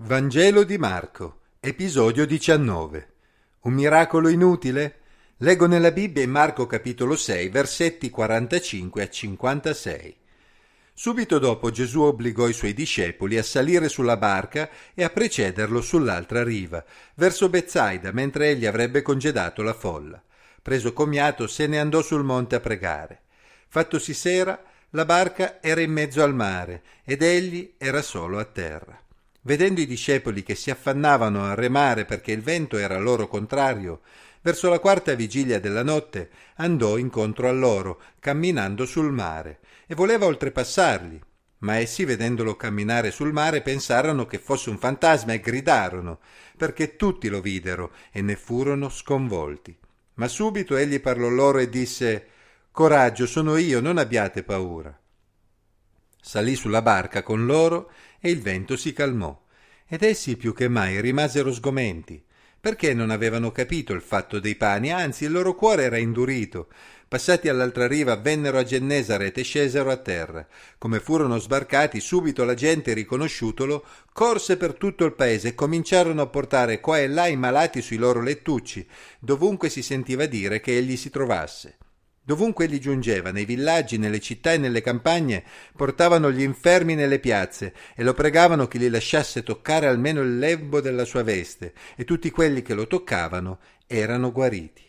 Vangelo di Marco, episodio 19. Un miracolo inutile? Leggo nella Bibbia in Marco capitolo 6, versetti 45 a 56. Subito dopo Gesù obbligò i suoi discepoli a salire sulla barca e a precederlo sull'altra riva, verso Betsaida, mentre egli avrebbe congedato la folla. Preso commiato, se ne andò sul monte a pregare. Fattosi sera, la barca era in mezzo al mare ed egli era solo a terra. Vedendo i discepoli che si affannavano a remare perché il vento era loro contrario, verso la quarta vigilia della notte andò incontro a loro, camminando sul mare, e voleva oltrepassarli. Ma essi, vedendolo camminare sul mare, pensarono che fosse un fantasma e gridarono, perché tutti lo videro e ne furono sconvolti. Ma subito egli parlò loro e disse: «Coraggio, sono io, non abbiate paura». Salì sulla barca con loro e il vento si calmò, ed essi più che mai rimasero sgomenti, perché non avevano capito il fatto dei pani, anzi il loro cuore era indurito. Passati all'altra riva vennero a Gennesaret e scesero a terra. Come furono sbarcati, subito la gente, riconosciutolo, corse per tutto il paese e cominciarono a portare qua e là i malati sui loro lettucci, dovunque si sentiva dire che egli si trovasse. Dovunque egli giungeva, nei villaggi, nelle città e nelle campagne, portavano gli infermi nelle piazze e lo pregavano che gli lasciasse toccare almeno il lembo della sua veste, e tutti quelli che lo toccavano erano guariti.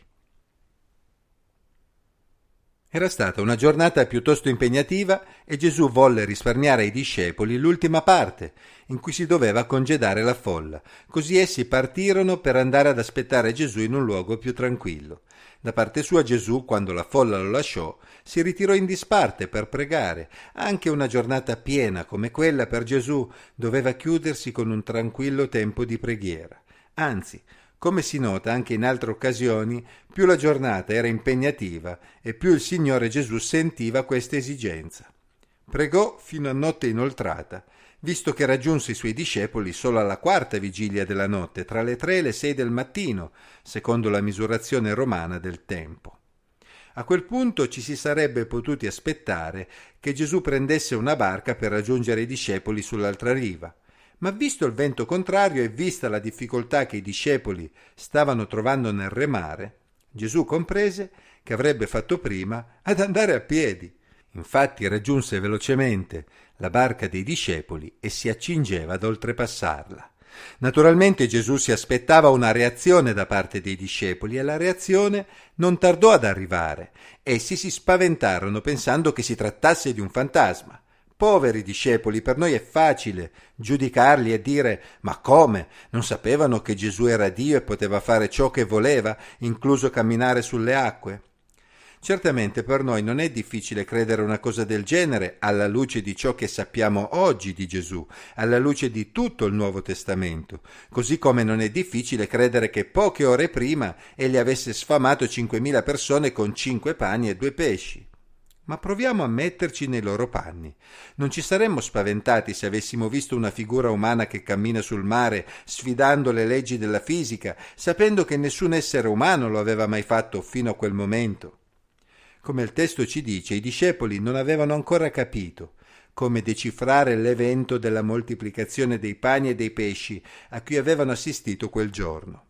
Era stata una giornata piuttosto impegnativa e Gesù volle risparmiare ai discepoli l'ultima parte, in cui si doveva congedare la folla. Così essi partirono per andare ad aspettare Gesù in un luogo più tranquillo. Da parte sua Gesù, quando la folla lo lasciò, si ritirò in disparte per pregare. Anche una giornata piena come quella per Gesù doveva chiudersi con un tranquillo tempo di preghiera. Anzi, come si nota anche in altre occasioni, più la giornata era impegnativa e più il Signore Gesù sentiva questa esigenza. Pregò fino a notte inoltrata, visto che raggiunse i suoi discepoli solo alla quarta vigilia della notte, tra le 3 e le 6 del mattino, secondo la misurazione romana del tempo. A quel punto ci si sarebbe potuti aspettare che Gesù prendesse una barca per raggiungere i discepoli sull'altra riva. Ma visto il vento contrario e vista la difficoltà che i discepoli stavano trovando nel remare, Gesù comprese che avrebbe fatto prima ad andare a piedi. Infatti raggiunse velocemente la barca dei discepoli e si accingeva ad oltrepassarla. Naturalmente Gesù si aspettava una reazione da parte dei discepoli e la reazione non tardò ad arrivare. Essi si spaventarono pensando che si trattasse di un fantasma. Poveri discepoli, per noi è facile giudicarli e dire: ma come? Non sapevano che Gesù era Dio e poteva fare ciò che voleva, incluso camminare sulle acque? Certamente per noi non è difficile credere una cosa del genere alla luce di ciò che sappiamo oggi di Gesù, alla luce di tutto il Nuovo Testamento, così come non è difficile credere che poche ore prima egli avesse sfamato 5.000 persone con 5 pani e 2 pesci. Ma proviamo a metterci nei loro panni. Non ci saremmo spaventati se avessimo visto una figura umana che cammina sul mare, sfidando le leggi della fisica, sapendo che nessun essere umano lo aveva mai fatto fino a quel momento. Come il testo ci dice, i discepoli non avevano ancora capito come decifrare l'evento della moltiplicazione dei pani e dei pesci a cui avevano assistito quel giorno.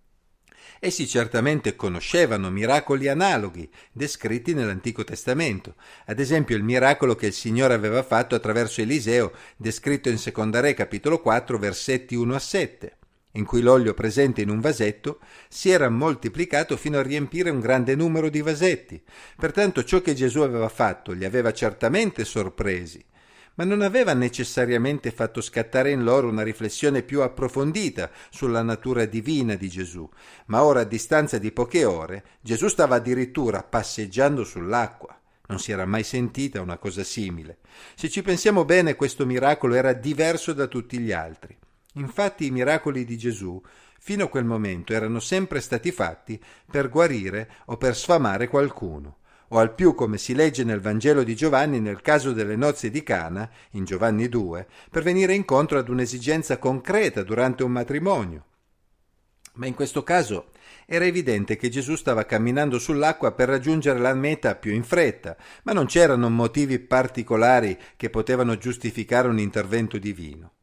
Essi certamente conoscevano miracoli analoghi descritti nell'Antico Testamento, ad esempio il miracolo che il Signore aveva fatto attraverso Eliseo, descritto in Seconda Re capitolo 4 versetti 1 a 7, in cui l'olio presente in un vasetto si era moltiplicato fino a riempire un grande numero di vasetti. Pertanto ciò che Gesù aveva fatto li aveva certamente sorpresi, ma non aveva necessariamente fatto scattare in loro una riflessione più approfondita sulla natura divina di Gesù. Ma ora, a distanza di poche ore, Gesù stava addirittura passeggiando sull'acqua. Non si era mai sentita una cosa simile. Se ci pensiamo bene, questo miracolo era diverso da tutti gli altri. Infatti i miracoli di Gesù, fino a quel momento, erano sempre stati fatti per guarire o per sfamare qualcuno, o al più, come si legge nel Vangelo di Giovanni nel caso delle nozze di Cana, in Giovanni 2, per venire incontro ad un'esigenza concreta durante un matrimonio. Ma in questo caso era evidente che Gesù stava camminando sull'acqua per raggiungere la meta più in fretta, ma non c'erano motivi particolari che potevano giustificare un intervento divino.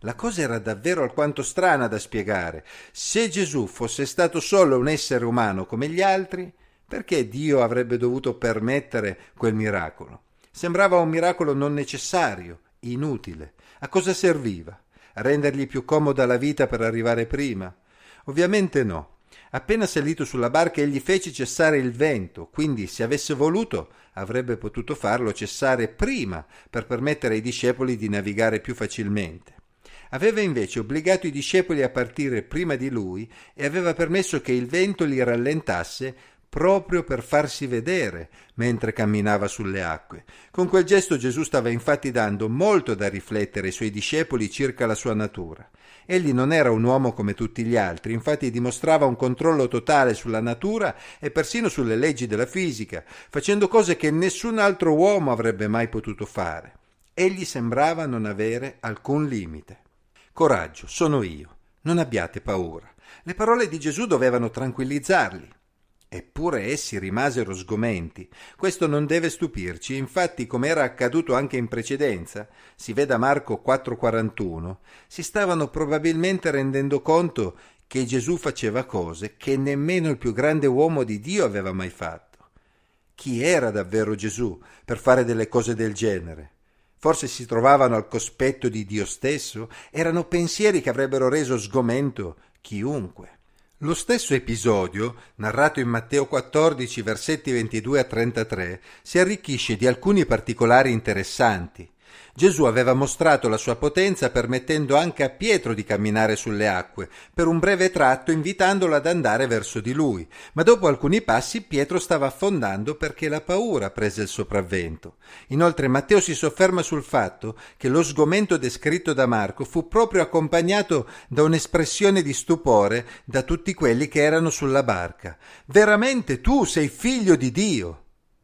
La cosa era davvero alquanto strana da spiegare. Se Gesù fosse stato solo un essere umano come gli altri, perché Dio avrebbe dovuto permettere quel miracolo? Sembrava un miracolo non necessario, inutile. A cosa serviva? A rendergli più comoda la vita per arrivare prima? Ovviamente no. Appena salito sulla barca egli fece cessare il vento, quindi se avesse voluto avrebbe potuto farlo cessare prima per permettere ai discepoli di navigare più facilmente. Aveva invece obbligato i discepoli a partire prima di lui e aveva permesso che il vento li rallentasse proprio per farsi vedere mentre camminava sulle acque. Con quel gesto Gesù stava infatti dando molto da riflettere ai suoi discepoli circa la sua natura. Egli non era un uomo come tutti gli altri, infatti dimostrava un controllo totale sulla natura e persino sulle leggi della fisica, facendo cose che nessun altro uomo avrebbe mai potuto fare. Egli sembrava non avere alcun limite. Coraggio, sono io, non abbiate paura. Le parole di Gesù dovevano tranquillizzarli. Eppure essi rimasero sgomenti. Questo non deve stupirci, infatti, come era accaduto anche in precedenza, si veda Marco 4,41, si stavano probabilmente rendendo conto che Gesù faceva cose che nemmeno il più grande uomo di Dio aveva mai fatto. Chi era davvero Gesù per fare delle cose del genere? Forse si trovavano al cospetto di Dio stesso? Erano pensieri che avrebbero reso sgomento chiunque. Lo stesso episodio, narrato in Matteo 14, versetti 22 a 33, si arricchisce di alcuni particolari interessanti. Gesù aveva mostrato la sua potenza permettendo anche a Pietro di camminare sulle acque, per un breve tratto invitandolo ad andare verso di lui, ma dopo alcuni passi Pietro stava affondando perché la paura prese il sopravvento. Inoltre Matteo si sofferma sul fatto che lo sgomento descritto da Marco fu proprio accompagnato da un'espressione di stupore da tutti quelli che erano sulla barca. «Veramente tu sei figlio di Dio!»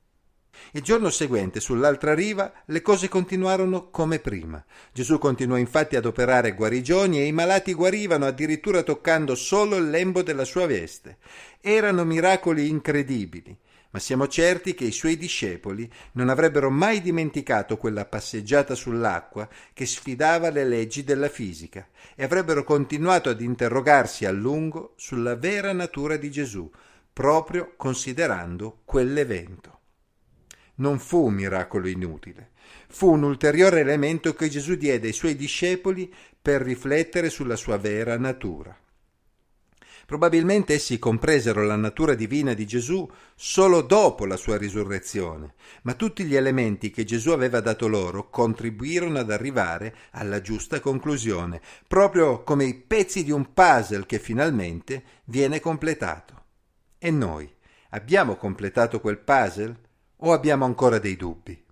Il giorno seguente, sull'altra riva, le cose continuarono come prima. Gesù continuò infatti ad operare guarigioni e i malati guarivano addirittura toccando solo il lembo della sua veste. Erano miracoli incredibili, ma siamo certi che i suoi discepoli non avrebbero mai dimenticato quella passeggiata sull'acqua che sfidava le leggi della fisica e avrebbero continuato ad interrogarsi a lungo sulla vera natura di Gesù, proprio considerando quell'evento. Non fu un miracolo inutile, fu un ulteriore elemento che Gesù diede ai suoi discepoli per riflettere sulla sua vera natura. Probabilmente essi compresero la natura divina di Gesù solo dopo la sua risurrezione, ma tutti gli elementi che Gesù aveva dato loro contribuirono ad arrivare alla giusta conclusione, proprio come i pezzi di un puzzle che finalmente viene completato. E noi abbiamo completato quel puzzle? O abbiamo ancora dei dubbi?